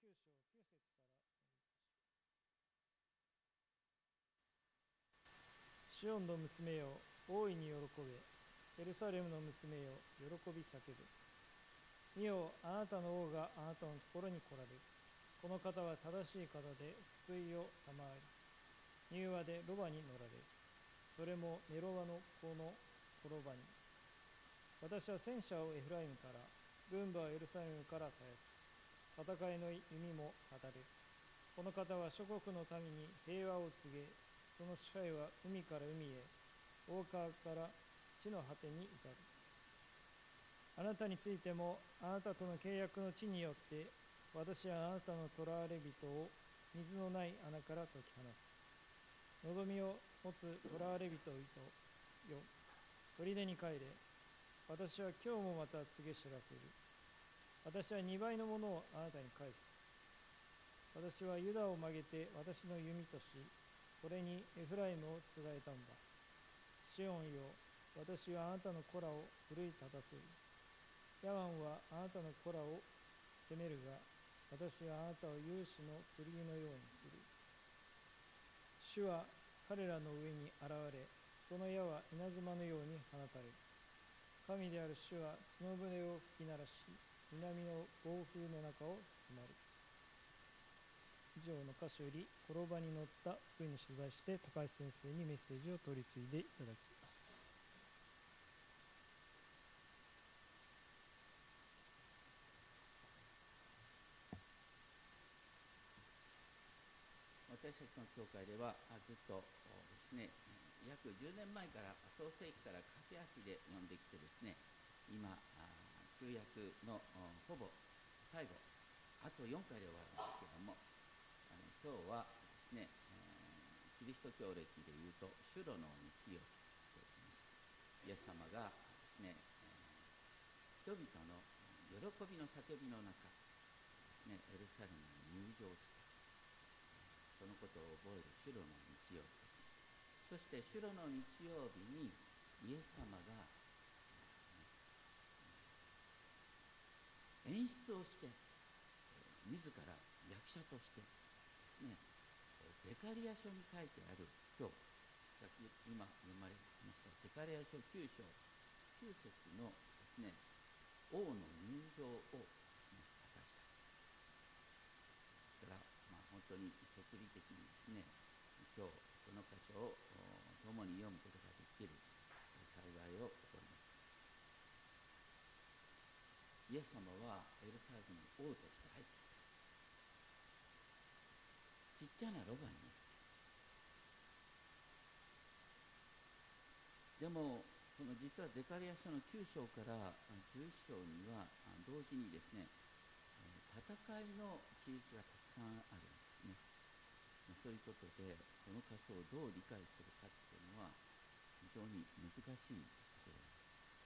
シオンの娘よ、大いに喜べ。エルサレムの娘よ、喜び叫ぶ。見よ、あなたの王があなたのところに来られる。この方は正しい方で救いを賜り、柔和でロバに乗られる。それもネロワの子の転ばに。私は戦車をエフライムから、軍馬をエルサレムから絶やす。戦いの弓も立たれる。この方は諸国の民に平和を告げ、その支配は海から海へ、大川から地の果てに至る。あなたについても、あなたとの契約の地によって、私はあなたの囚われ人を水のない穴から解き放つ。望みを持つ囚われ人よ、砦に帰れ。私は今日もまた告げ知らせる。私は2倍のものをあなたに返す。私はユダを曲げて私の弓とし、これにエフライムをつがえたんだ。シオンよ、私はあなたの子らを奮い立たせる。ヤワンはあなたの子らを責めるが、私はあなたを勇士の剣のようにする。主は彼らの上に現れ、その矢は稲妻のように放たれる。神である主は角舟を吹き鳴らし、南の暴風の中を進まれる。以上の箇所より、転ばに乗った救い主と題して、高橋先生にメッセージを取り次いでいただきます。 私たちの教会ではずっとですね、約10年前から創世記から駆け足で読んできてですね、今旧約のほぼ最後、あと4回で終わるんですけれども、今日はですね、キリスト教歴でいうと主路の日曜日と言います。イエス様がですね、人々の喜びの叫びの中ですね、エルサレムに入場した。そのことを覚える主路の日曜日です。そして主路の日曜日にイエス様が演出をして自ら役者としてですね、ゼカリヤ書に書いてある今日今読まれましたゼカリヤ書9章9節のですね、王の入場をですね果たした。ですから、本当に摂理的にですね、今日この箇所を共に読むことができる幸いを起こります。イエス様はエルサレムの王として入ってきた。ちっちゃなロバに乗って、でもこの実はゼカリヤ書の9章から11章には同時にですね、戦いの記述がたくさんあるんですね。そういうことでこの箇所をどう理解するかっていうのは非常に難しいことです。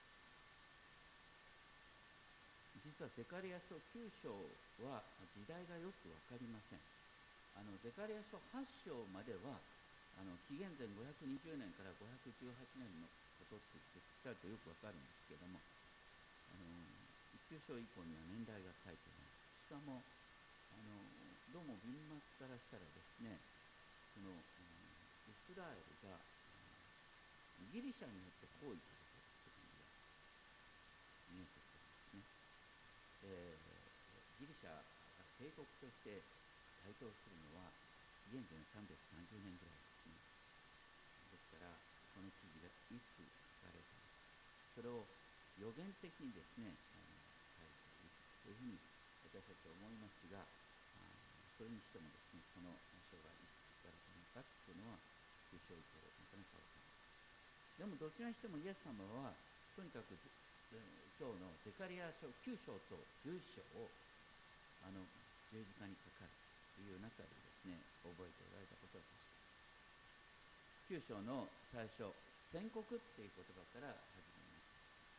実はゼカリヤ書9章は時代がよく分かりません。ゼカリヤ書8章までは紀元前520年から518年のことってしっかりとよく分かるんですけれども、9章以降には年代が書いてない。しかもどうもビンマスからしたらですね、この、イスラエルがギリシャによって包囲されているというのが見えてきてるんですね。ギリシャが帝国として台頭するのは紀元前330年ぐらいですね。ですからこの記事がいつ書かれたのか、それを予言的にですね書いているというふうに私たちは思いますが、それにしてもですね、この書がいつ書かれたのかというのは9章以降なかなか分からない。でもどちらにしてもイエス様はとにかく今日のゼカリヤ書9章と11章を十字架にかかるという中でですね覚えておられたことは確かです。9章の最初、宣告っていう言葉から始まります。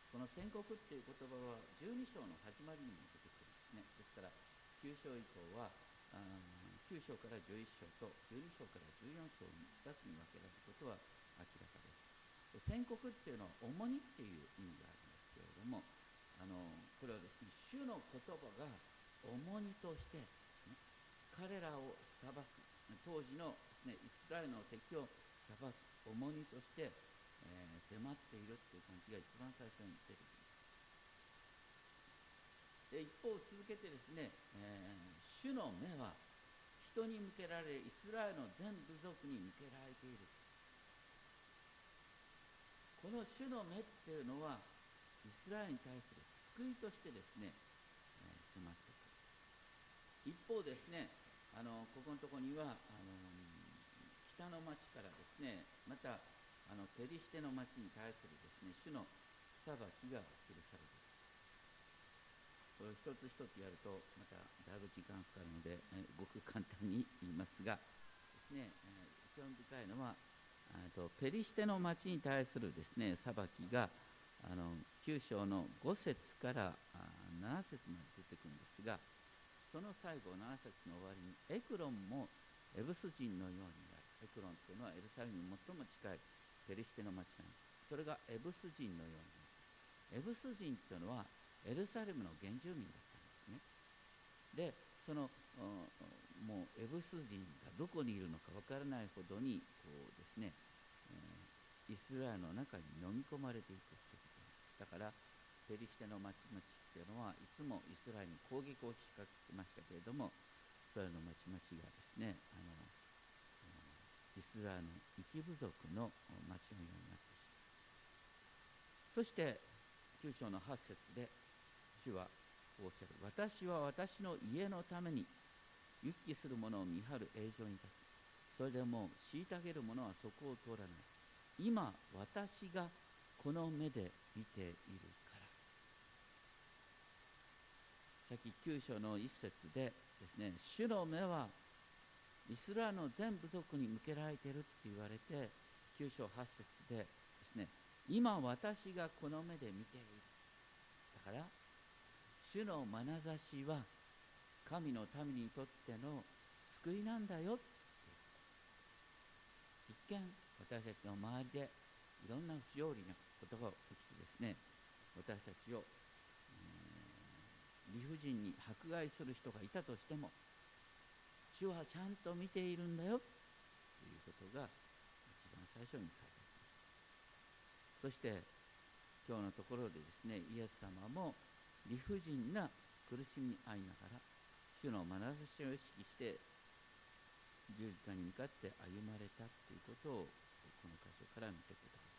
この宣告っていう言葉は12章の始まりにも出てくるんですね。ですから9章以降は9章から11章と12章から14章に2つに分けられることは明らかです。宣告っていうのは重荷っていう意味があるんですけれども、これはですね、主の言葉が重荷として、ね、 彼らを裁く、当時のですね、イスラエルの敵を裁く重荷として、迫っているという感じが一番最初に出てきます。で一方続けてですね、主の目は人に向けられ、イスラエルの全部族に向けられている。この主の目っていうのはイスラエルに対する救いとしてですね、迫ってくる。一方ですね、ここのところには北の町からですね、またペリシテの町に対するですね、主の裁きが記されている。これを一つ一つやるとまただいぶ時間かかるので、ごく簡単に言いますがですね、興味深いのはペリシテの町に対するですね裁きが9章の5節から7節まで出てくるんですが、その最後7節の終わりにエクロンもエブス人のようになる。エクロンというのはエルサレムに最も近いペリシテの町なんです。それがエブス人のようになる。エブス人というのはエルサレムの原住民だったんですね。でそのもうエブス人がどこにいるのかわからないほどにこうですね、イスラエルの中に飲み込まれていくということなんです。だからペリシテの町々っていうのはいつもイスラエルに攻撃を仕掛けてましたけれども、それの町々がですねイスラエルの一部族の町のようになってしまう。そして9章の8節で主はこうおっしゃる。私は私の家のために行き来する者を見張る営場に立つ。それでも虐げる者はそこを通らない。今私がこの目で見ているから。さっき9章の1節でですね、主の目はイスラエルの全部族に向けられているって言われて、9章8節でですね、今私がこの目で見ている。だから主の眼差しは神の民にとっての救いなんだよって。一見私たちの周りでいろんな不条理なことが起きてですね、私たちを、理不尽に迫害する人がいたとしても、主はちゃんと見ているんだよということが一番最初に書いてあります。そして今日のところでですね、イエス様も理不尽な苦しみに遭いながら主の眼差しを意識して十字架に向かって歩まれたということをこの箇所から見ていくことが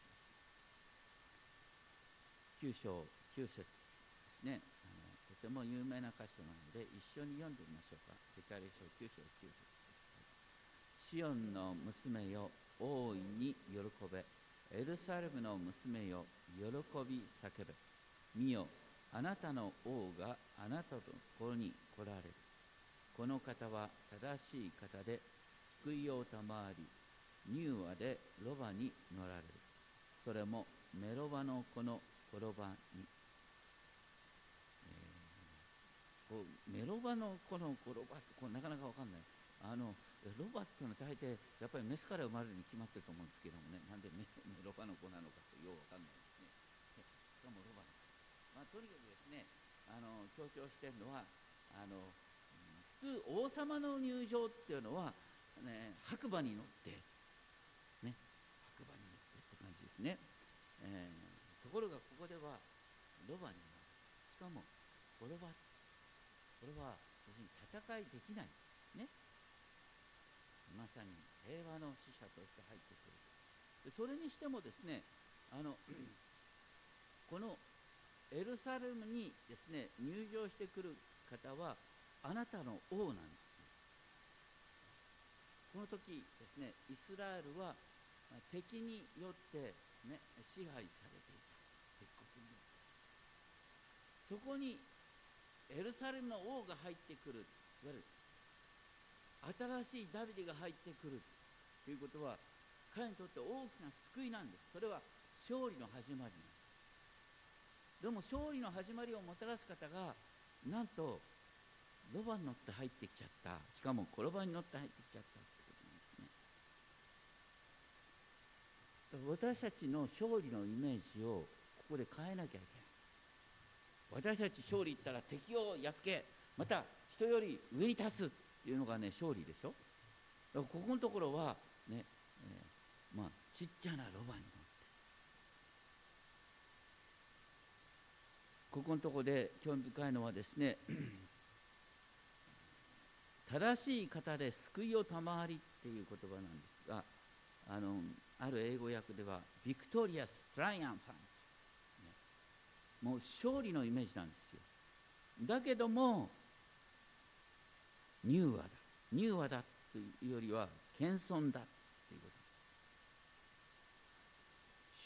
できます。9章9節ですね、とても有名な箇所なので一緒に読んでみましょうか。ゼカリヤ書9章9節です。シオンの娘よ大いに喜べ、エルサレムの娘よ喜び叫べ。見よ、あなたの王があなたのところに来られる。この方は正しい方で救いを賜り、柔和でロバに乗られる。それもメロバの子の転ばに。メロバの子の転ばってなかなか分かんない。ロバっていうのは大抵やっぱりメスから生まれるに決まってると思うんですけどもね、なんでメロバの子なのかってよう分かんないですね。しかもロバの子、とにかくですね、強調してるのは普通王様の入場っていうのは、白馬に乗って、白馬に乗ってって感じですね。ところがここではロバに乗る。しかもこれは別に戦いできないね。まさに平和の使者として入ってくる。でそれにしてもですね、このエルサレムにですね入場してくる方はあなたの王なんですよ。この時ですね、イスラエルは敵によって、ね、支配されていた。敵国によってそこにエルサレムの王が入ってくる、いわゆる新しいダビデが入ってくるということは彼にとって大きな救いなんです。それは勝利の始まりなんです。でも勝利の始まりをもたらす方がなんとロバに乗って入ってきちゃった。しかも転ばに乗って入ってきちゃったってことなんですね。私たちの勝利のイメージをここで変えなきゃいけない。私たち勝利言ったら敵をやっつけ、また人より上に立つってっていうのがね、勝利でしょ。だからここのところはね、ちっちゃなロバに乗って、ここのところで興味深いのはですね正しい方で救いを賜りっていう言葉なんですが、ある英語訳ではビクトリアス・トライアンファント、もう勝利のイメージなんですよ。だけども柔和だというよりは謙遜だということ。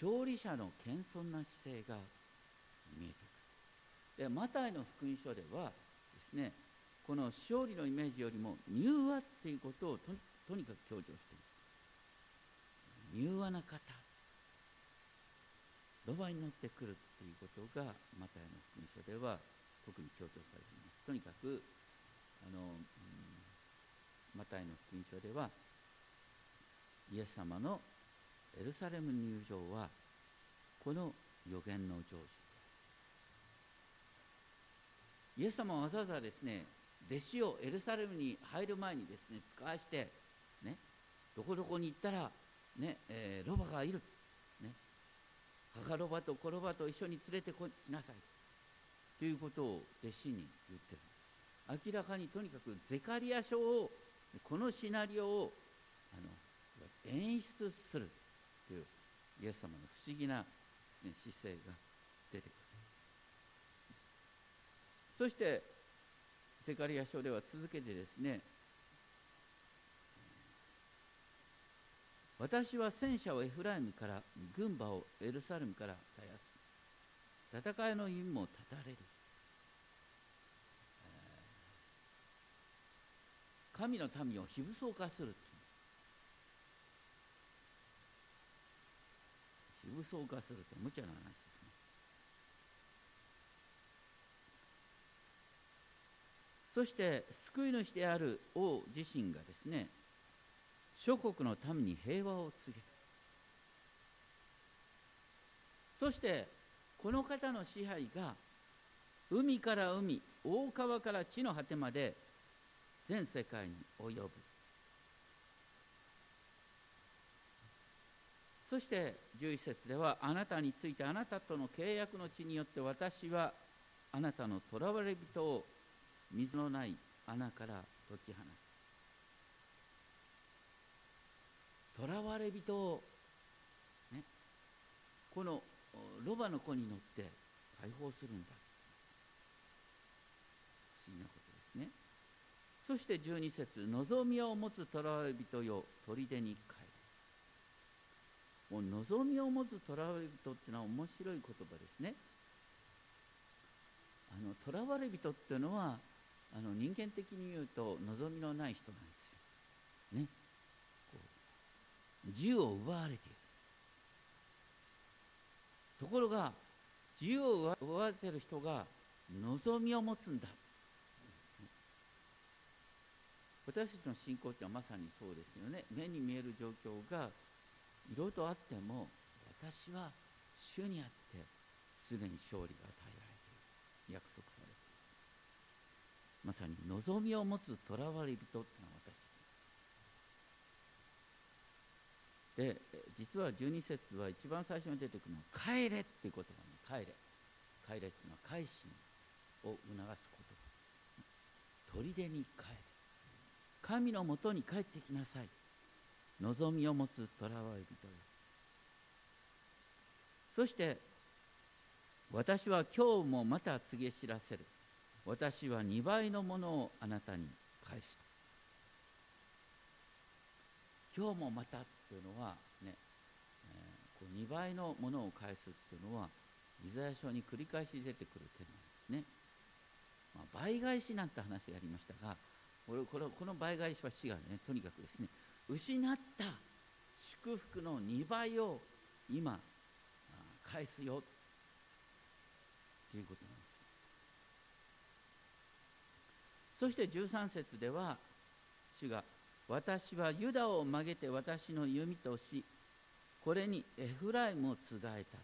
勝利者の謙遜な姿勢が見えてくる。でマタイの福音書ではですね、この勝利のイメージよりも柔和っていうことを とにかく強調しています。柔和な方、ロバに乗ってくるっていうことがマタイの福音書では特に強調されています。とにかくマタイの福音書ではイエス様のエルサレム入場はこの予言の成就。イエス様はわざわざですね、弟子をエルサレムに入る前にですね使わして、ね、どこどこに行ったら、ねロバがいる、ね、母ロバと子ロバと一緒に連れてこ来なさいということを弟子に言ってる。明らかにとにかくゼカリア書を、このシナリオを演出するというイエス様の不思議な、ですね、姿勢が出てくる。そしてゼカリア書では続けてですね、私は戦車をエフライムから、軍馬をエルサレムから絶やす、戦いの弓も断たれる、神の民を非武装化する。非武装化するって無茶な話ですね。そして救い主である王自身がですね、諸国の民に平和を告げる。そしてこの方の支配が海から海、大川から地の果てまで全世界に及ぶ。そして11節では、あなたについてあなたとの契約の地によって私はあなたの囚われ人を水のない穴から解き放つ。囚われ人を、ね、このロバの子に乗って解放するんだ。不思議なことですね。そして12節、望みを持つ囚われ人よ、砦に帰れ。もう望みを持つ囚われ人っていうのは面白い言葉ですね。囚われ人っていうのは人間的に言うと望みのない人なんですよ、ね、こう自由を奪われている。ところが自由を奪われている人が望みを持つんだ。私たちの信仰ってのはまさにそうですよね。目に見える状況がいろいろとあっても、私は主にあってすでに勝利が与えられている、約束されている。まさに望みを持つ囚われ人っていうのは私たちで、実は12節は一番最初に出てくるのは帰れっていう言葉に、帰れっていうのは改心を促す言葉。砦に帰れ、神のもとに帰ってきなさい。望みを持つ囚われ人よ。そして私は今日もまた告げ知らせる。私は2倍のものをあなたに返した。今日もまたっていうのはね、2倍のものを返すっていうのはイザヤ書に繰り返し出てくる点なんですね。倍返しなんて話がありましたが、この倍返しは違うね。とにかくですね、失った祝福の2倍を今返すよということなんです。そして13節では、主が私はユダを曲げて私の弓とし、これにエフライムをつがえた。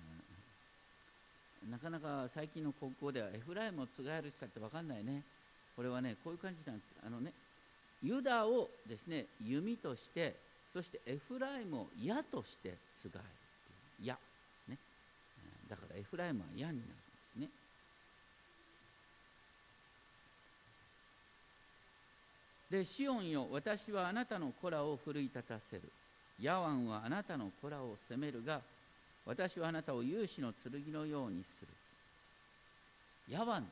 なかなか最近の国語ではエフライムをつがえる人って分かんないね。 これはね、こういう感じなんです。ユダをですね、弓として、そしてエフライムを矢としてつがえるっていう矢、ね。だからエフライムは矢になるんですね。で、シオンよ、私はあなたの子らを奮い立たせる。ヤワンはあなたの子らを責めるが、私はあなたを勇士の剣のようにする。ヤワン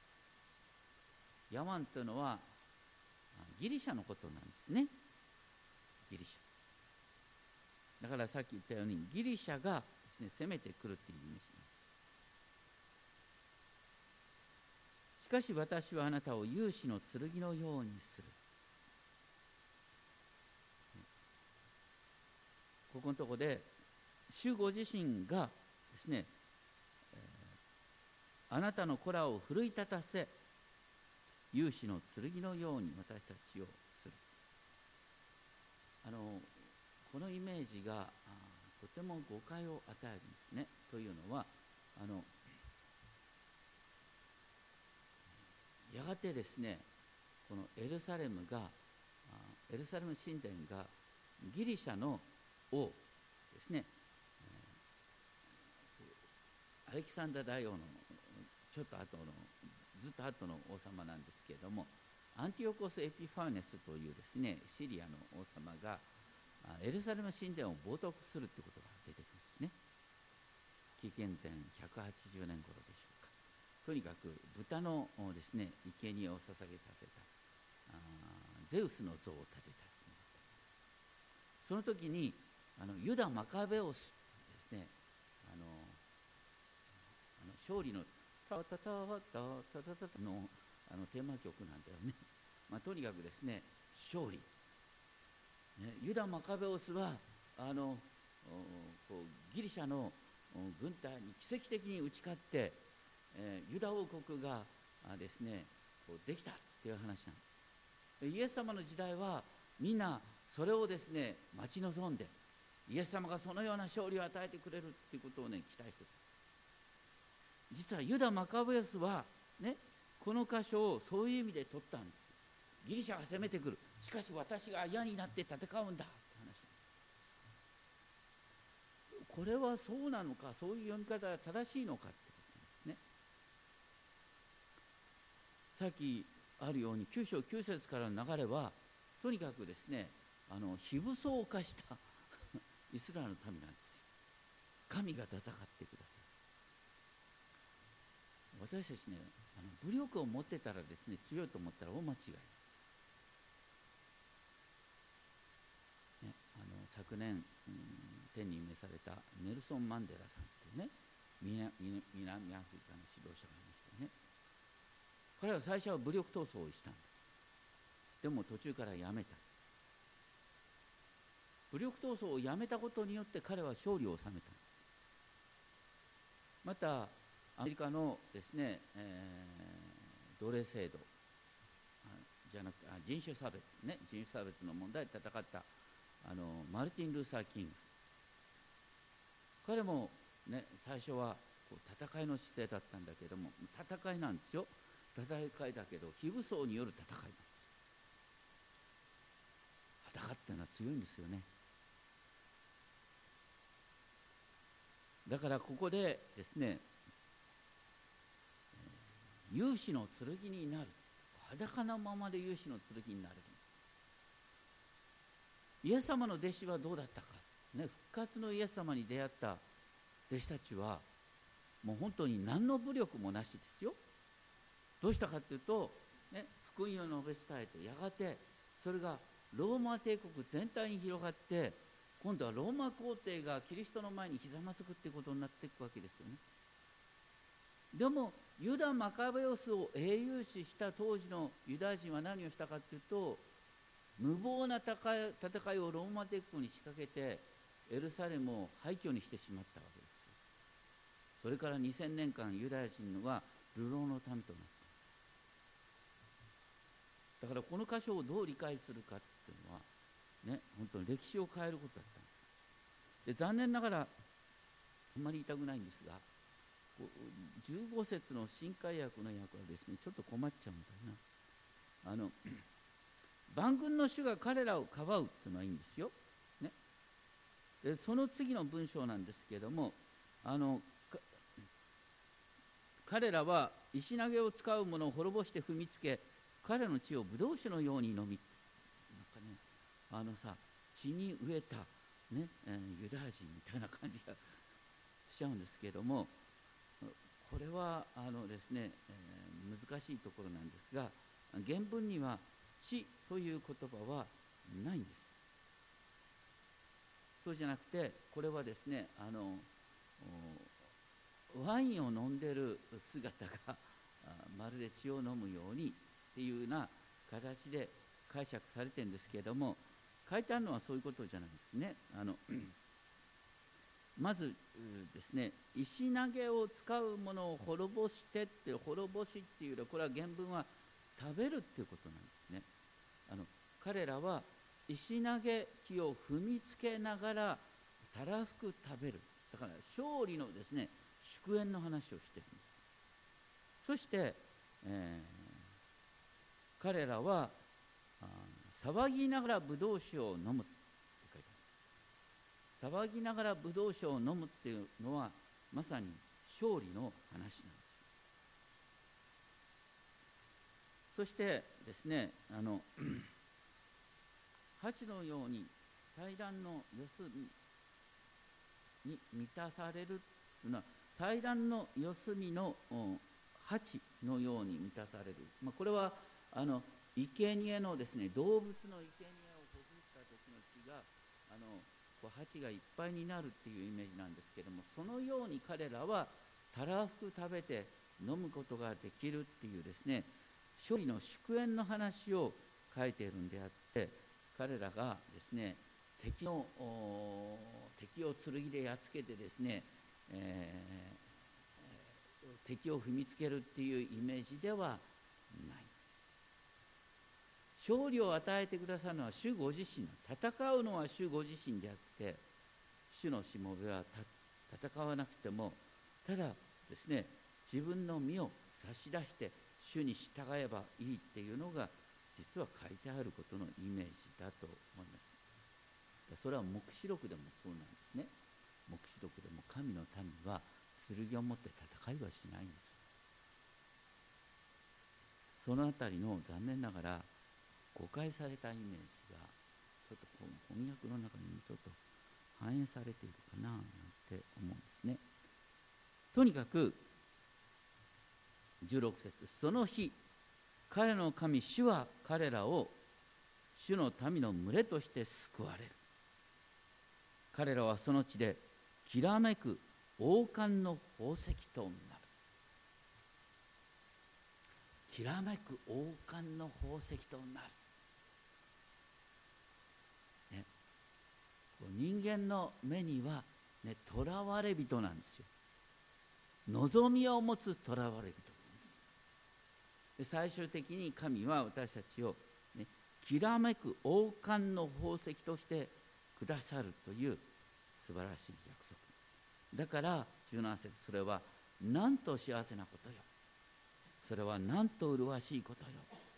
というのはギリシャのことなんですね。ギリシャだからさっき言ったようにギリシャがですね、攻めてくるっていう意味ですね。しかし私はあなたを勇士の剣のようにする。ここのところで主ご自身がですね、あなたの子らを奮い立たせ、勇士の剣のように私たちをする。このイメージがとても誤解を与えるんですね。というのはやがてですね、このエルサレム神殿がギリシャの王ですね、アレキサンダー大王のちょっと後のずっと後の王様なんですけれども、アンティオコス・エピファネスというですね、シリアの王様がエルサレム神殿を冒涜するということが出てくるんですね。紀元前180年頃でしょうか。とにかく豚のですね、生贄を捧げさせたゼウスの像を建てた。その時にユダ・マカベオスですね、勝利のタタタタタタタのテーマ曲なんだよね。とにかくですね、勝利、ね、ユダ・マカベオスはギリシャの軍隊に奇跡的に打ち勝って、ユダ王国がですねできたっていう話なんです。イエス様の時代はみんなそれをですね待ち望んで、イエス様がそのような勝利を与えてくれるっていうことをね期待してた。実はユダ・マカベオスはね、この箇所をそういう意味で取ったんです。ギリシャが攻めてくる、しかし私が矢になって戦うんだって話。これはそうなのか、そういう読み方が正しいのかってことですね。さっきあるように9章9節からの流れはとにかくですね、非武装化したイスラエルの民なんですよ。神が戦ってください。私たちね、武力を持ってたらですね、強いと思ったら大間違い、ね、昨年、天に召されたネルソン・マンデラさんというね、南アフリカの指導者がいましてね、彼は最初は武力闘争をしたんだ。でも途中からやめた。武力闘争をやめたことによって彼は勝利を収めた。またアメリカのですね、奴隷制度じゃなくて人種差別ね、人種差別の問題で戦ったマルティン・ルーサー・キング、彼もね最初はこう戦いの姿勢だったんだけども、戦いなんですよ。戦いだけど非武装による戦いなんです。戦ってのは強いんですよね。だからここでですね、勇士の剣になる、裸のままで勇士の剣になれる。イエス様の弟子はどうだったか、ね、復活のイエス様に出会った弟子たちはもう本当に何の武力もなしですよ。どうしたかというと、ね、福音を述べ伝えて、やがてそれがローマ帝国全体に広がって、今度はローマ皇帝がキリストの前にひざまずくっていうことになっていくわけですよね。でもユダ・マカベオスを英雄視した当時のユダヤ人は何をしたかというと、無謀な戦いをローマ帝国に仕掛けてエルサレムを廃墟にしてしまったわけです。それから2000年間ユダヤ人は流浪の民となった。だからこの箇所をどう理解するかっていうのはね、本当に歴史を変えることだったんです。で、残念ながらあんまり言いたくないんですが、15節の新海訳の訳はですね、ちょっと困っちゃうんだよな。 万軍の主が彼らをかばうというのはいいんですよ、ね、でその次の文章なんですけれども、彼らは石投げを使う者を滅ぼして踏みつけ、彼の血をブドウ酒のように飲み、なんかね、血に飢えた、ね、ユダヤ人みたいな感じがしちゃうんですけれども、これはですね、難しいところなんですが、原文には血という言葉はないんです。そうじゃなくて、これはですね、ワインを飲んでる姿がまるで血を飲むようにっていうような形で解釈されてるんですけれども、書いてあるのはそういうことじゃないですね。まずですね、石投げを使うものを滅ぼしてって、滅ぼしっていうのは、これは原文は食べるっていうことなんですね。彼らは石投げ木を踏みつけながらたらふく食べる、だから勝利のですね、祝宴の話をしているんです。そして、彼らは騒ぎながらブドウ酒を飲むって書いてある。騒ぎながらブドウ酒を飲むっていうのはまさに勝利の話なんです。そしてですね、鉢のように祭壇の四隅に満たされるというのは、祭壇の四隅の鉢のように満たされる、これは生贄のですね、動物の生贄をほぐした時の血が鉢がいっぱいになるっていうイメージなんですけれども、そのように彼らはたらふく食べて飲むことができるっていうですね、勝利の祝宴の話を書いているんであって、彼らがですね、敵を剣でやっつけてですね、敵を踏みつけるっていうイメージではない。勝利を与えてくださるのは主ご自身、戦うのは主ご自身であって、主のしもべは戦わなくても、ただですね、自分の身を差し出して主に従えばいいっていうのが実は書いてあることのイメージだと思います。それは黙示録でもそうなんですね。黙示録でも神の民は剣を持って戦いはしないんです。そのあたりの残念ながら誤解されたイメージがちょっと翻訳の中にちょっと反映されているかななんて思うんですね。とにかく16節、その日彼の神主は彼らを主の民の群れとして救われる。彼らはその地できらめく王冠の宝石となる。きらめく王冠の宝石となる、ね、人間の目にはね、囚われ人なんですよ。望みを持つ囚われ人で、最終的に神は私たちを、ね、きらめく王冠の宝石としてくださるという素晴らしい約束だから、17節、それはなんと幸せなことよ、それはなんと麗しいことよ。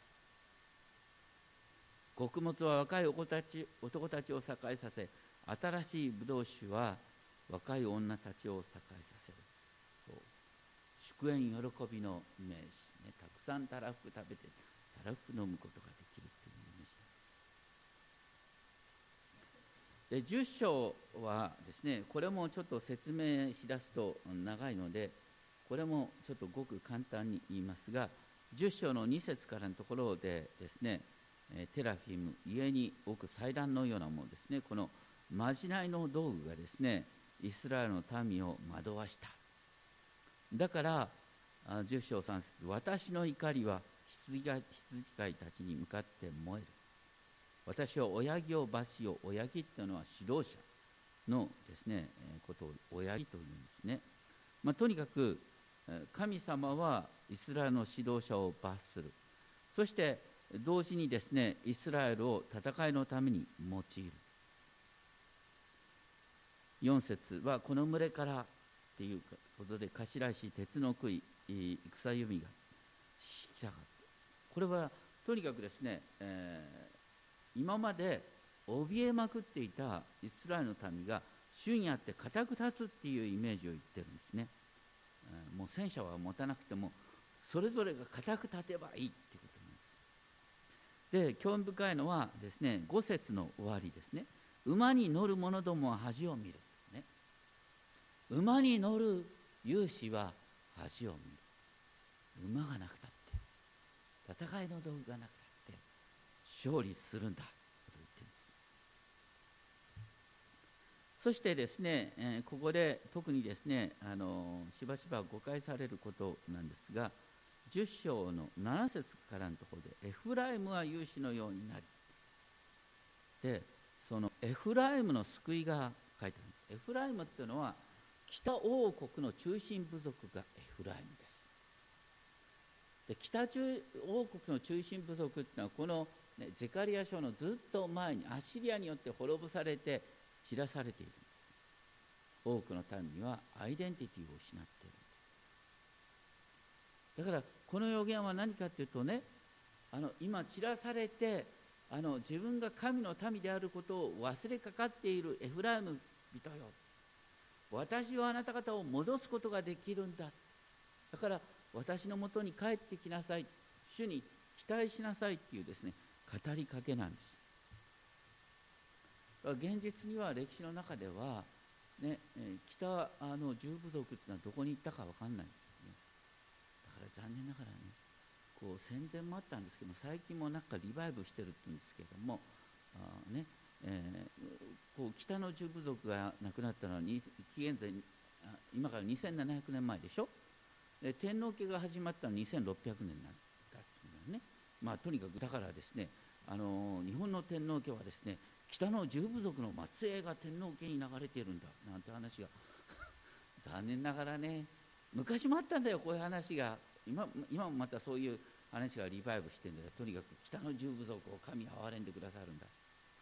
穀物は若い男たちを栄えさせ、新しいブドウ酒は若い女たちを栄えさせる。祝宴喜びのイメージ、ね、たくさんたらふく食べてたらふく飲むことができるというイメージです。で10章はですね、これもちょっと説明しだすと長いので、これもちょっとごく簡単に言いますが、10章の2節からのところでですね、テラフィム、家に置く祭壇のようなものですね、このまじないの道具がですね、イスラエルの民を惑わした。だから10章3節、私の怒りは羊飼いたちに向かって燃える。私は親木を罰しよう。親木というのは指導者のですね、ことを親木というんですね。とにかく神様はイスラエルの指導者を罰する。そして同時にですね、イスラエルを戦いのために用いる。4節はこの群れからっていうことで、頭石、鉄の杭、戦弓が来たかった。これはとにかくですね、今まで怯えまくっていたイスラエルの民が主にあって固く立つっていうイメージを言ってるんですね。もう戦車は持たなくてもそれぞれが固く立てばいいっていうことなんです。で、興味深いのはですね、5節の終わりですね。馬に乗る者どもは恥を見る、ね、馬に乗る勇士は恥を見る。馬がなくたって戦いの道具がなくたって勝利するんだと言っているんです。そしてですね、ここで特にですね、しばしば誤解されることなんですが、10章の7節からのところでエフライムは勇士のようになり、でそのエフライムの救いが書いてあるんです。エフライムっていうのは北王国の中心部族がエフライムです。で、北王国の中心部族っていうのはこの、ね、ゼカリア書のずっと前にアッシリアによって滅ぼされて散らされているんです。多くの民はアイデンティティを失っている。だからこの予言は何かというとね、今散らされて自分が神の民であることを忘れかかっているエフライム人よ、私はあなた方を戻すことができるんだ。だから私のもとに帰ってきなさい、主に期待しなさいっていうですね、語りかけなんです。現実には歴史の中では、ね、北十部族っていうのはどこに行ったか分かんないんですね。だから残念ながらね、こう戦前もあったんですけども、最近もなんかリバイブしてるって言うんですけども、こう北の十部族が亡くなったのは紀元前今から2700年前でしょ。で、天皇家が始まったのは2600年なんだっていうのね。まあとにかくだからですね、日本の天皇家はですね、北の十部族の末裔が天皇家に流れているんだなんて話が残念ながらね、昔もあったんだよ、こういう話が。今もまたそういう話がリバイブしてるんだよ。とにかく北の十部族を神は憐れんでくださるんだ。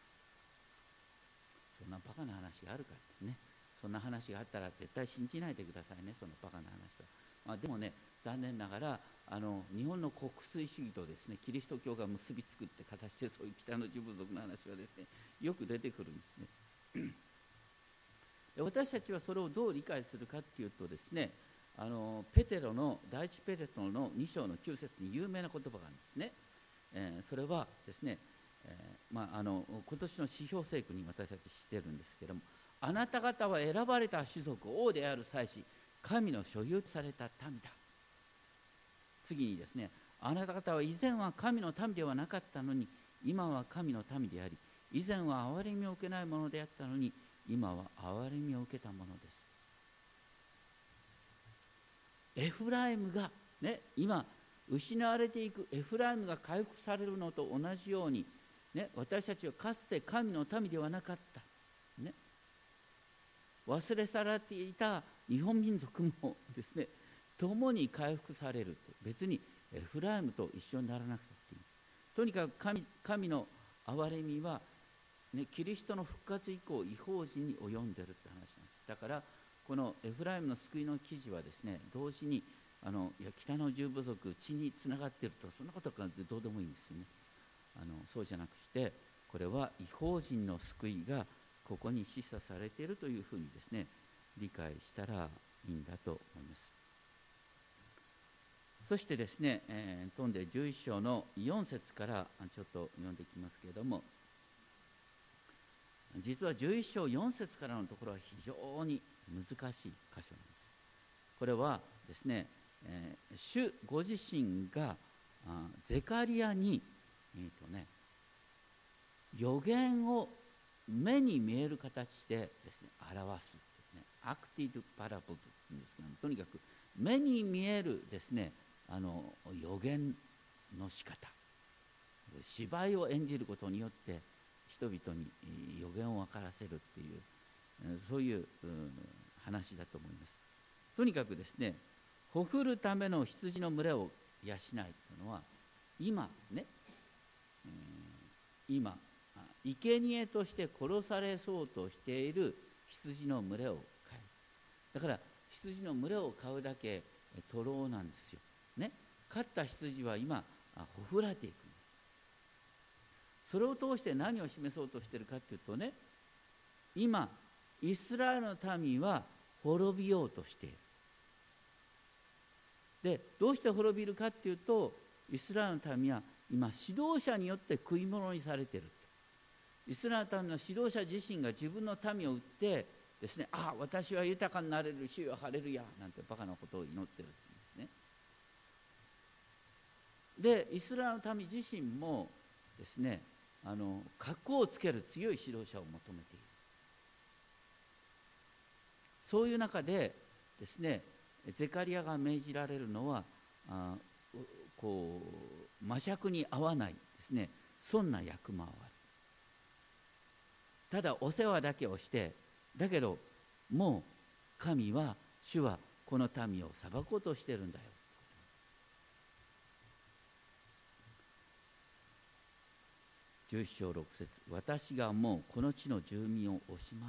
そんなバカな話があるかってね、そんな話があったら絶対信じないでくださいね、そのバカな話は。でもね、残念ながら日本の国粋主義とですね、キリスト教が結びつくって形で、そういう北の十部族の話はですね、よく出てくるんですね。で、私たちはそれをどう理解するかっていうとですね、ペテロの第一ペテロの2章の9節に有名な言葉があるんですね。それはですね、今年の指標聖句に私たちしてるんですけども、あなた方は選ばれた種族、王である祭司、神の所有された民だ。次にですね、あなた方は以前は神の民ではなかったのに今は神の民であり、以前は憐れみを受けないものであったのに今は憐れみを受けたものです。エフライムがね、今失われていくエフライムが回復されるのと同じように、ね、私たちはかつて神の民ではなかった、ね、忘れ去られていた日本民族もですね、共に回復される。別にエフライムと一緒にならなくていい。とにかく神の憐れみは、ね、キリストの復活以降異邦人に及んでるって話なんです。だからこのエフライムの救いの記事はですね、同時にいや北の十部族地につながっていると、そんなことはどうでもいいんですよね。そうじゃなくして、これは異邦人の救いがここに示唆されているというふうにですね、理解したらいいんだと思います。そしてですね、飛んで11章の4節からちょっと読んでいきますけれども、実は11章4節からのところは非常に難しい箇所なんです。これはですね、主ご自身がゼカリアに、予言を目に見える形でですね表すですね、アクティブパラボルというんですけども、とにかく目に見えるですね予言の仕方、芝居を演じることによって人々に予言を分からせるっていう、そういう話だと思います。とにかくですね、ほふるための羊の群れを養いというのは、今ね、今生贄として殺されそうとしている羊の群れを飼う。だから羊の群れを飼うだけ徒労なんですよ、ね、飼った羊は今ほふられていく。 それを通して何を示そうとしているかというとね、今イスラエルの民は滅びようとしている。でどうして滅びるかというと、イスラエルの民は今指導者によって食い物にされている。イスラエルの民の指導者自身が自分の民を売ってですね、ああ私は豊かになれる、主よハレルヤなんてバカなことを祈ってるんですね。でイスラエルの民自身もですね、格好をつける強い指導者を求めている。そういう中でですね、ゼカリヤが命じられるのはこう魔尺に合わないですね、そんな役回り。ただお世話だけをして、だけどもう神は、主はこの民を裁こうとしてるんだよ。11章6節、私がもうこの地の住民を惜しまない。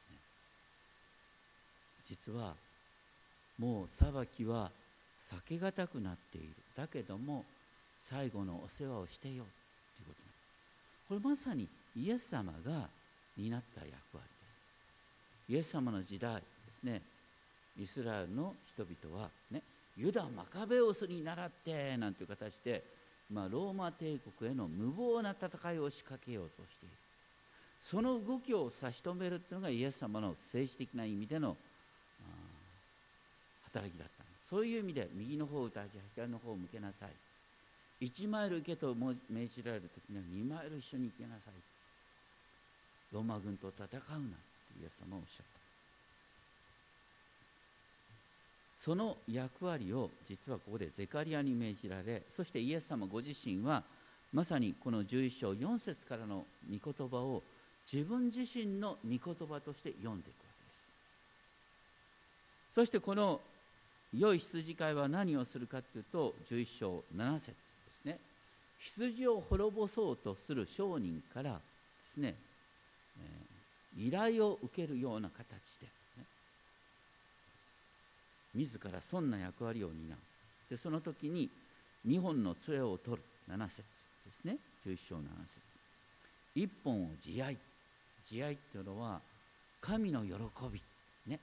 実はもう裁きは避けがたくなっている。だけども最後のお世話をしてよということなんです。これまさにイエス様が担った役割です。イエス様の時代ですね、イスラエルの人々はね、ユダ・マカベオスに倣ってなんていう形で、ローマ帝国への無謀な戦いを仕掛けようとしている。その動きを差し止めるというのがイエス様の政治的な意味での働きだったんです。そういう意味で右の方を打たれて左の方を向けなさい、1マイル行けと命じられる時には2マイル一緒に行けなさい、ローマ軍と戦うなってイエス様はおっしゃった。その役割を実はここでゼカリヤに命じられ、そしてイエス様ご自身はまさにこの11章4節からの御言葉を自分自身の御言葉として読んでいくわけです。そしてこの良い羊飼いは何をするかというと、11章7節ですね、羊を滅ぼそうとする商人からですね、依頼を受けるような形で、ね、自らそんな役割を担う。でその時に2本の杖を取る、7節ですね、11章7節、1本を慈愛、慈愛というのは神の喜び、ね、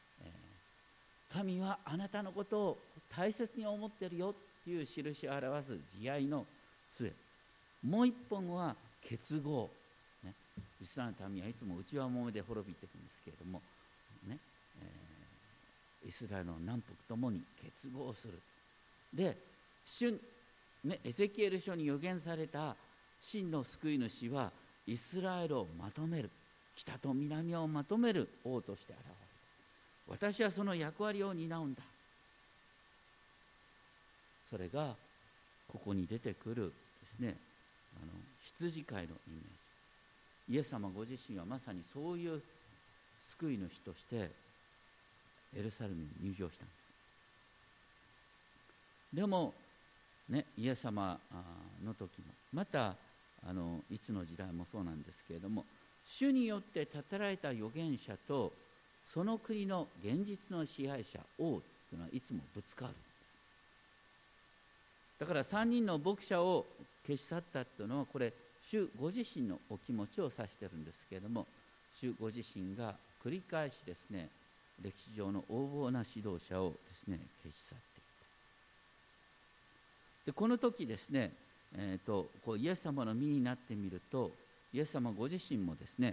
神はあなたのことを大切に思っているよっていう印を表す慈愛の杖。もう一本は結合、ね、イスラエルの民はいつも内輪もめで滅びていくんですけれども、ね、イスラエルの南北ともに結合する。でエゼキエル書に予言された真の救い主はイスラエルをまとめる、北と南をまとめる王として現れる。私はその役割を担うんだ。それがここに出てくるですね、羊飼いのイメージ。イエス様ご自身はまさにそういう救い主としてエルサレムに入場したんです。でも、ね、イエス様の時もまたいつの時代もそうなんですけれども、主によって立てられた預言者とその国の現実の支配者王というのはいつもぶつかる。だから3人の牧者を消し去ったというのは、これ主ご自身のお気持ちを指しているんですけれども、主ご自身が繰り返しですね、歴史上の横暴な指導者をですね消し去っていった。でこの時ですね、こうイエス様の身になってみると、イエス様ご自身もですね、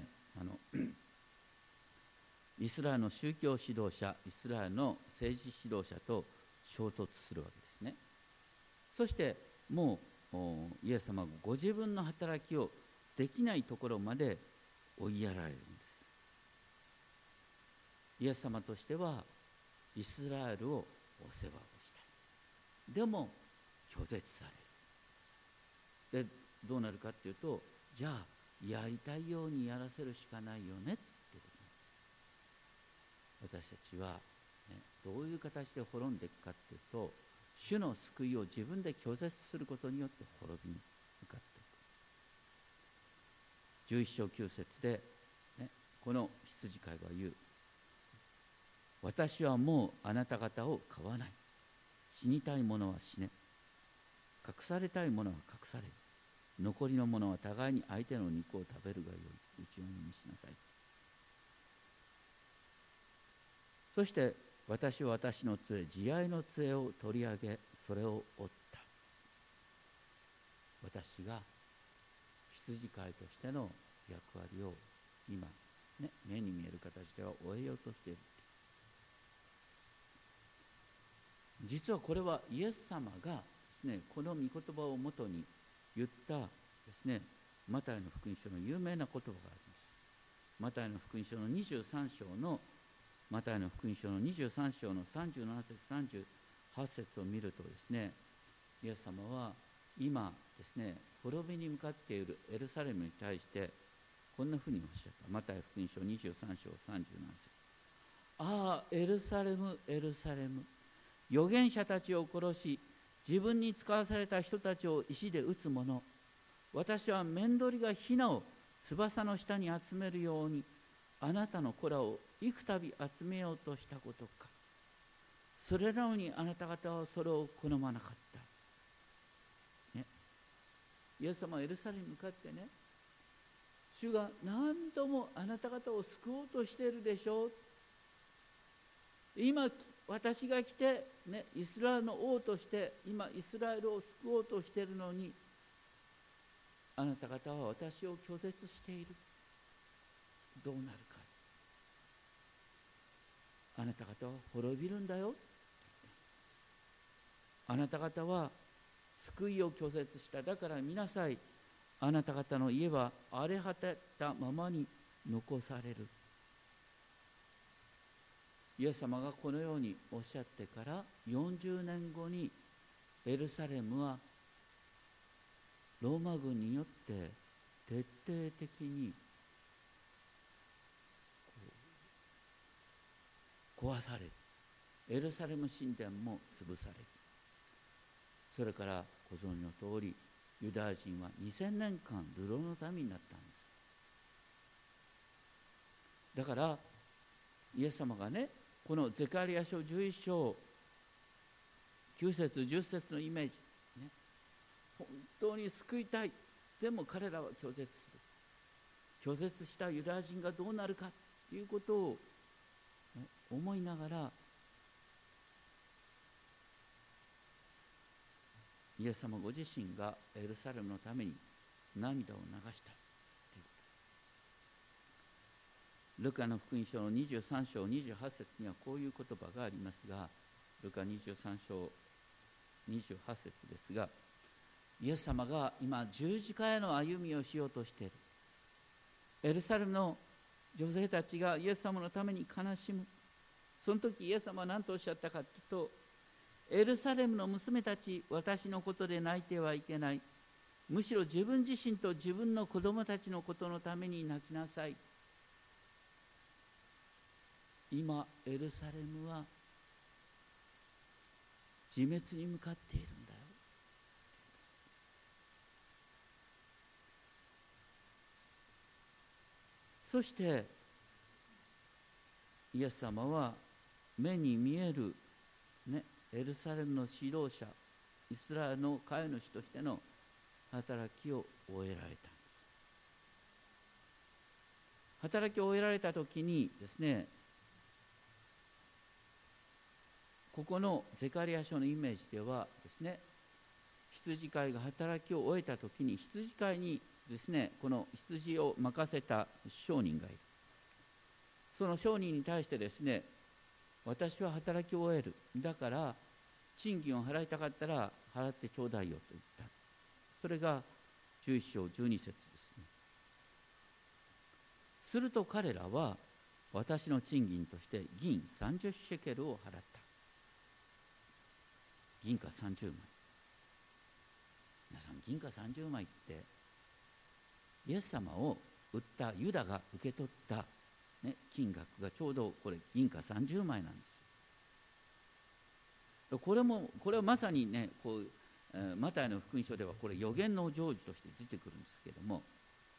イスラエルの宗教指導者、イスラエルの政治指導者と衝突するわけですね。そしてもうイエス様がご自分の働きをできないところまで追いやられるんです。イエス様としてはイスラエルをお世話をしたい。でも拒絶される。でどうなるかっていうと、じゃあやりたいようにやらせるしかないよねってことなんです。私たちは、ね、どういう形で滅んでいくかっていうと、主の救いを自分で拒絶することによって滅びに向かっていく。11章9節で、ね、この羊飼いは言う。私はもうあなた方を飼わない。死にたい者は死ね。隠されたい者は隠される。 残りのものは互いに相手の肉を食べるがよい。内を飲みしなさい。そして私は私の杖、慈愛の杖を取り上げ、それを折った。私が羊飼いとしての役割を今、目に見える形では終えようとしている。実はこれはイエス様がですね、この御言葉をもとに言ったですね、マタイの福音書の有名な言葉があります。マタイの福音書の23章の37節38節を見るとですね、イエス様は今ですね、滅びに向かっているエルサレムに対してこんなふうにおっしゃった。マタイ福音書23章37節。ああ、エルサレム、エルサレム、預言者たちを殺し、自分に使わされた人たちを石で撃つ者。私は面取りがヒナを翼の下に集めるように、あなたの子らを幾度集めようとしたことか。それなのにあなた方はそれを好まなかった。イエス様はエルサレムに向かってね、主が何度もあなた方を救おうとしているでしょう。今私が来て、イスラエルの王として今イスラエルを救おうとしているのに、あなた方は私を拒絶している。どうなるか。あなた方は滅びるんだよ。あなた方は救いを拒絶した。だから見なさい。あなた方の家は荒れ果てたままに残される。イエス様がこのようにおっしゃってから40年後にエルサレムはローマ軍によって徹底的に壊される。エルサレム神殿も潰される。それからご存知の通り、ユダヤ人は2000年間流浪の民になったんです。だからイエス様がね、このゼカリヤ書11章9節10節のイメージ、本当に救いたい。でも彼らは拒絶する。拒絶したユダヤ人がどうなるかということを思いながら、イエス様ご自身がエルサレムのために涙を流した。ルカの福音書の23章28節にはこういう言葉がありますが、ルカ23章28節ですが、イエス様が今十字架への歩みをしようとしている。エルサレムの女性たちがイエス様のために悲しむ。その時イエス様は何とおっしゃったかというと、エルサレムの娘たち、私のことで泣いてはいけない。むしろ自分自身と自分の子供たちのことのために泣きなさい。今エルサレムは自滅に向かっているんだよ。そしてイエス様は目に見える、エルサレムの指導者、イスラエルの飼い主としての働きを終えられた。働きを終えられたときにですね、ここのゼカリヤ書のイメージではですね、羊飼いが働きを終えたときに、羊飼いにですね、この羊を任せた商人がいる。その商人に対してですね、私は働きを終える。だから賃金を払いたかったら払ってちょうだいよと言った。それが11章12節ですね。すると彼らは私の賃金として銀30シェケルを払った。銀貨30枚。皆さん、銀貨30枚ってイエス様を売ったユダが受け取った、金額がちょうどこれ銀貨30枚なんです。これはまさにね、マタイの福音書ではこれ預言の成就として出てくるんですけども、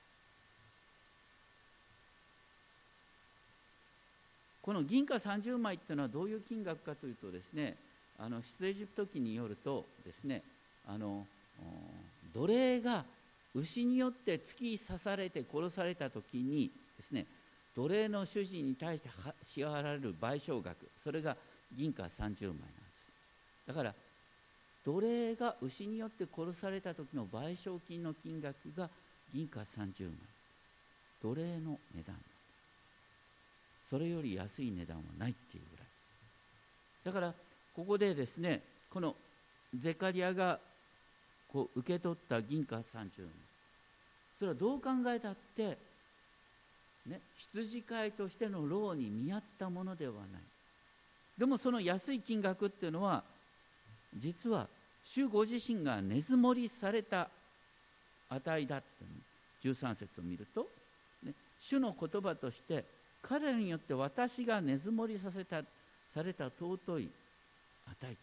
この銀貨30枚っていうのはどういう金額かというとですね、出エジプト記によるとですね、奴隷が牛によって突き刺されて殺された時にですね、奴隷の主人に対して支払われる賠償額、それが銀貨30枚なんです。だから奴隷が牛によって殺された時の賠償金の金額が銀貨30枚、奴隷の値段、それより安い値段はないっていうぐらいだから、ここでですね、このゼカリアがこう受け取った銀貨30枚、それはどう考えたってね、羊飼いとしての労に見合ったものではない。でもその安い金額っていうのは、実は主ご自身が根積もりされた値だって、13節を見ると、ね、主の言葉として彼らによって私が根積もりされた尊い値って書いてある。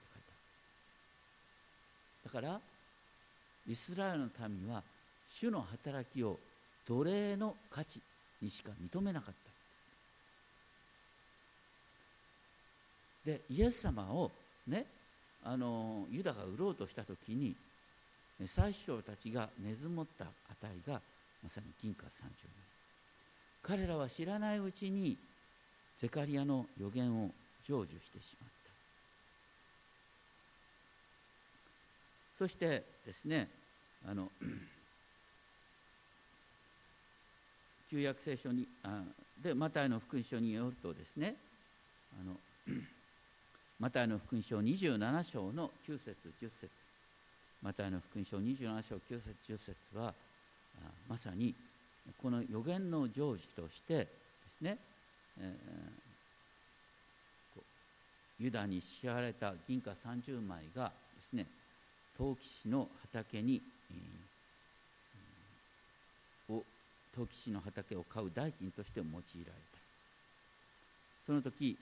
だからイスラエルの民は主の働きを奴隷の価値にしか認めなかった。でイエス様をね、ユダが売ろうとしたときに、祭司長たちが根積もった値がまさに銀貨30枚。彼らは知らないうちにゼカリアの予言を成就してしまった。そしてですね、旧約聖書にでマタイの福音書によるとですね、マタイの福音書27章の9節10節、マタイの福音書27章9節10節はまさにこの予言の成就としてですね、ユダに支払われた銀貨30枚がですね、陶器師の畑に、陶器師の畑を買う代金として用いられた。その時、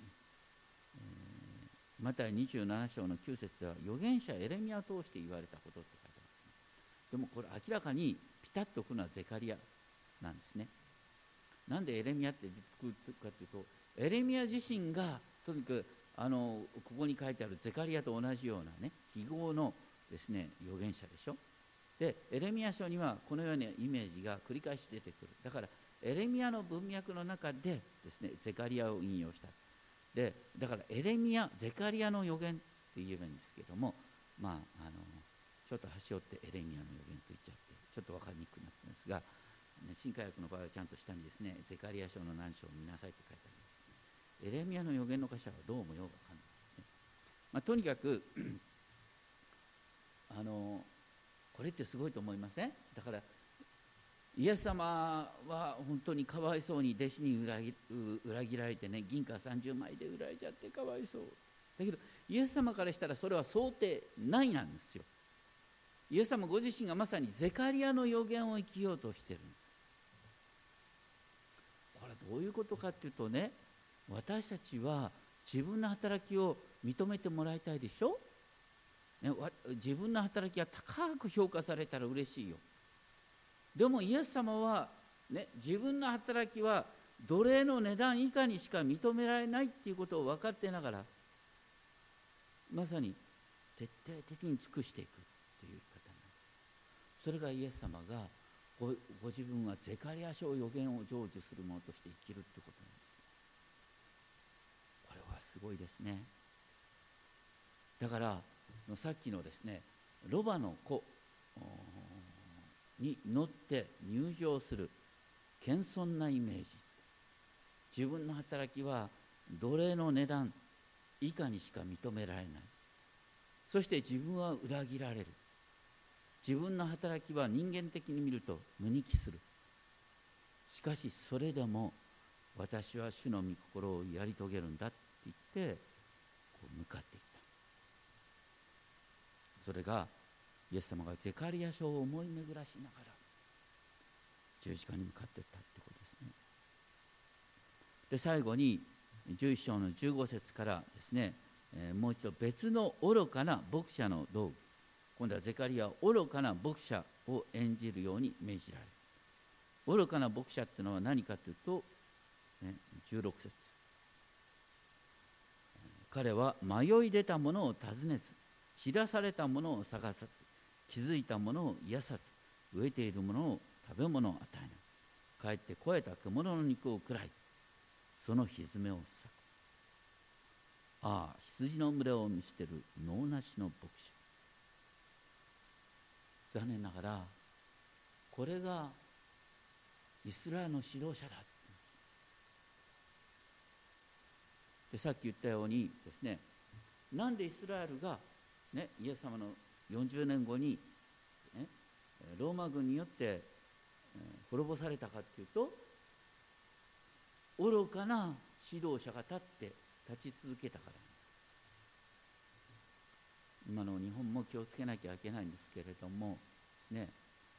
マタイ27章の9節では預言者エレミヤを通して言われたことって書いてあるんですね。でもこれ明らかにピタッとくるのはゼカリアなんですね。なんでエレミヤって出てくるかというと、エレミヤ自身がとにかくここに書いてあるゼカリアと同じようなね、非業のですね預言者でしょ。でエレミヤ書にはこのようなイメージが繰り返し出てくる。だからエレミヤの文脈の中でですねゼカリアを引用した。でだからエレミヤゼカリアの預言って言えばいいんですけども、ちょっと端折ってエレミヤの預言と言っちゃってちょっと分かりにくくなってますが、新科学の場合はちゃんと下にですねゼカリア書の何章を見なさいって書いてあります。エレミヤの預言の箇所はどうもよく分かんないですね。とにかくこれってすごいと思いません？だからイエス様は本当にかわいそうに弟子に裏切られてね、銀貨30枚で売られちゃってかわいそうだけど、イエス様からしたらそれは想定内なんですよ。イエス様ご自身がまさにゼカリアの預言を生きようとしているんです。これはどういうことかっていうとね、私たちは自分の働きを認めてもらいたいでしょ、ね、自分の働きが高く評価されたら嬉しいよ。でもイエス様は、ね、自分の働きは奴隷の値段以下にしか認められないっていうことを分かってながら、まさに徹底的に尽くしていくっていう言い方なんです。それがイエス様がご自分はゼカリア書予言を成就するものとして生きるってことなんです。これはすごいですね。だからさっきのですねロバの子に乗って入場する謙遜なイメージ、自分の働きは奴隷の値段以下にしか認められない、そして自分は裏切られる、自分の働きは人間的に見ると無に帰する。しかしそれでも私は主の御心をやり遂げるんだって言ってこう向かっていった。それがイエス様がゼカリア書を思い巡らしながら十字架に向かっていったってことですね。で最後に11章の15節からですね、もう一度別の愚かな牧者の道具、今度はゼカリアは愚かな牧者を演じるように命じられる。愚かな牧者っていうのは何かというと、16節、彼は迷い出たものを尋ねず、知らされたものを探さず、気づいたものを癒さず、 飢えている者を食べ物を与えない。かえって肥えた獣の肉を食らい、そのひづめを裂く。ああ、羊の群れを見捨てる能なしの牧者。残念ながらこれがイスラエルの指導者だ。でさっき言ったようにですね、なんでイスラエルが、ね、イエス様の40年後に、ね、ローマ軍によって滅ぼされたかというと、愚かな指導者が立ち続けたから。今の日本も気をつけなきゃいけないんですけれどもですね、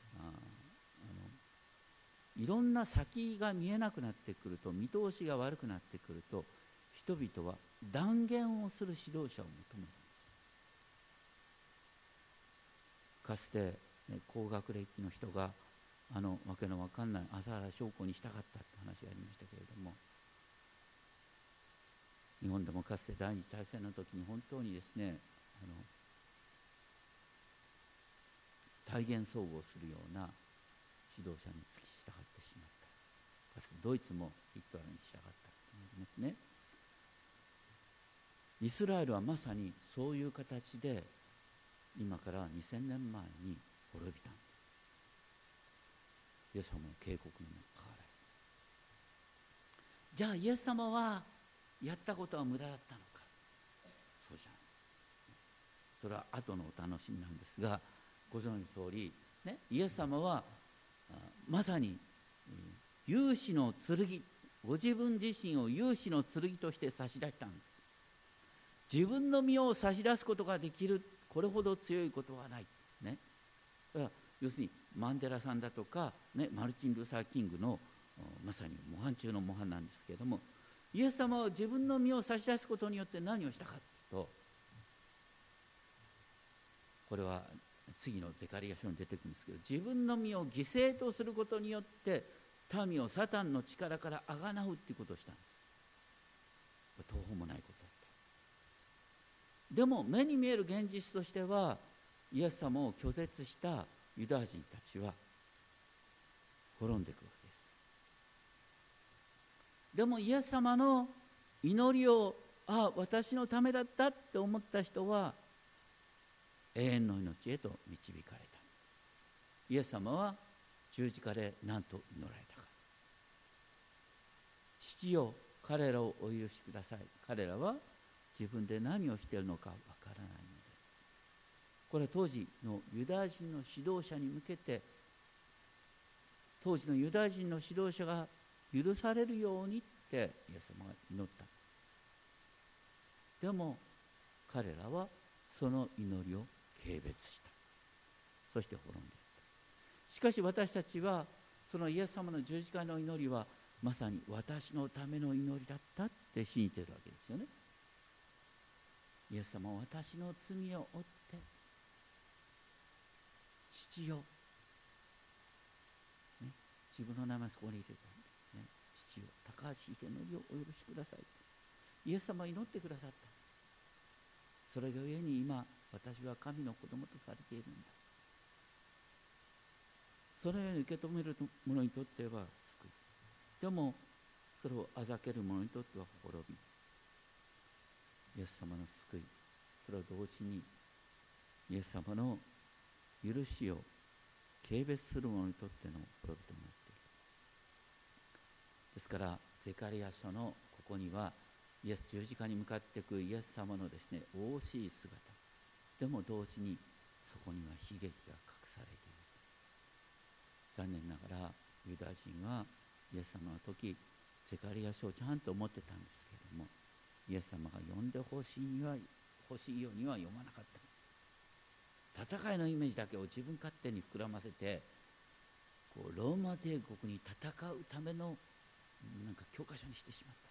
いろんな先が見えなくなってくると、見通しが悪くなってくると、人々は断言をする指導者を求める。かつて、ね、高学歴の人がわけのわかんない浅原将校にしたかったって話がありましたけれども、日本でもかつて第二次大戦の時に本当にですね、体現総合するような指導者に付き従ってしまった。かつてドイツもヒトラーに従ったというのがありますね。イスラエルはまさにそういう形で今から2000年前に滅びたんです。イエス様の警告にもかかわらず。じゃあイエス様はやったことは無駄だったのか。そうじゃない。それは後のお楽しみなんですが、ご存知の通り、ね、イエス様はまさに勇士の剣、ご自分自身を勇士の剣として差し出したんです。自分の身を差し出すことができる、これほど強いことはない、ね、だから要するにマンデラさんだとか、ね、マルチン・ルーサー・キングのまさに模範中の模範なんですけれども、イエス様は自分の身を差し出すことによって何をしたかというと、これは次のゼカリヤ書に出てくるんですけど、自分の身を犠牲とすることによって民をサタンの力からあがなうっていうことをしたんです。途方もないことだった。でも目に見える現実としては、イエス様を拒絶したユダヤ人たちは滅んでいくわけです。でもイエス様の祈りを私のためだったって思った人は永遠の命へと導かれた。イエス様は十字架で何と祈られたか。父よ、彼らをお許しください。彼らは自分で何をしているのかわからないのです。これは当時のユダヤ人の指導者に向けて、当時のユダヤ人の指導者が許されるようにってイエス様が祈った。でも彼らはその祈りを軽蔑した。そして滅んでいった。しかし私たちはそのイエス様の十字架の祈りはまさに私のための祈りだったって信じているわけですよね。イエス様は私の罪を負って父よ、ね、自分の名前そこに入れてたんですね。父よ、高橋秀則をお許しください。イエス様は祈ってくださった。それがゆえに今私は神の子供とされているんだ。そのように受け止める者にとっては救い。でもそれをあざける者にとっては滅び。イエス様の救い、それは同時にイエス様の許しを軽蔑する者にとっての滅びとなっている。ですからゼカリヤ書のここにはイエス十字架に向かっていくイエス様のですね、惜しい姿、でも同時にそこには悲劇が隠されている。残念ながらユダヤ人はイエス様の時ゼカリヤ書をちゃんと持ってたんですけれども、イエス様が読んでほしいようには読まなかった。戦いのイメージだけを自分勝手に膨らませて、ローマ帝国に戦うためのなんか教科書にしてしまった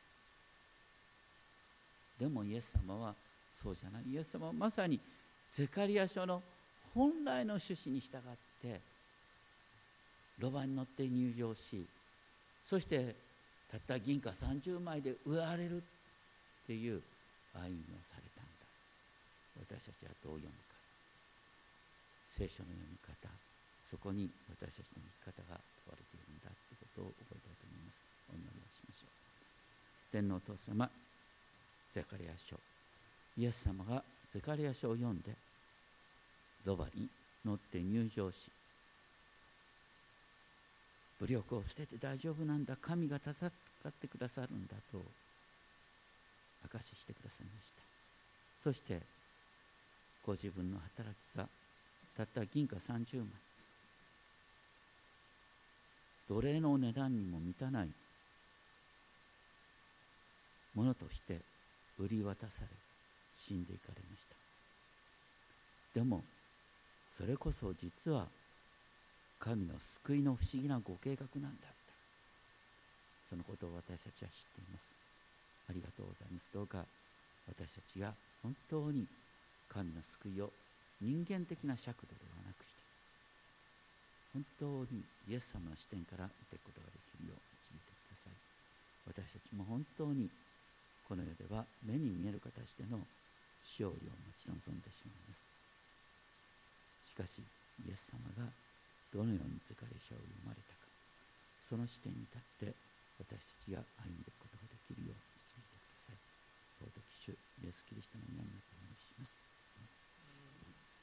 。でもイエス様はそうじゃない。イエス様はまさにゼカリヤ書の本来の趣旨に従ってロバに乗って入場し、そしてたった銀貨30枚で売られるっていう歩みをされたんだ。私たちはどう読むか。聖書の読み方、そここに私たちの生き方が問われているんだということを覚えたいと思います。お祈りをしましょう。天皇お父様、ゼカリヤ書、イエス様がゼカリヤ書を読んでロバに乗って入場し、武力を捨てて大丈夫なんだ、神が戦ってくださるんだと証ししてくださいました。そしてご自分の働きがたった銀貨30枚、奴隷の値段にも満たないものとして売り渡され死んでいかれました。でもそれこそ実は神の救いの不思議なご計画なんだった。そのことを私たちは知っています。ありがとうございます。どうか私たちが本当に神の救いを人間的な尺度ではなくして、本当にイエス様の視点から見ていくことができるよう導いてください。私たちも本当にこの世では目に見える形での勝利を待ち望んでしまいます。しかしイエス様がどのようにゼカリヤ書を読まれたか、その視点に立って私たちが歩んでいくことができるよう導いてください。尊き主イエスキリストの皆によって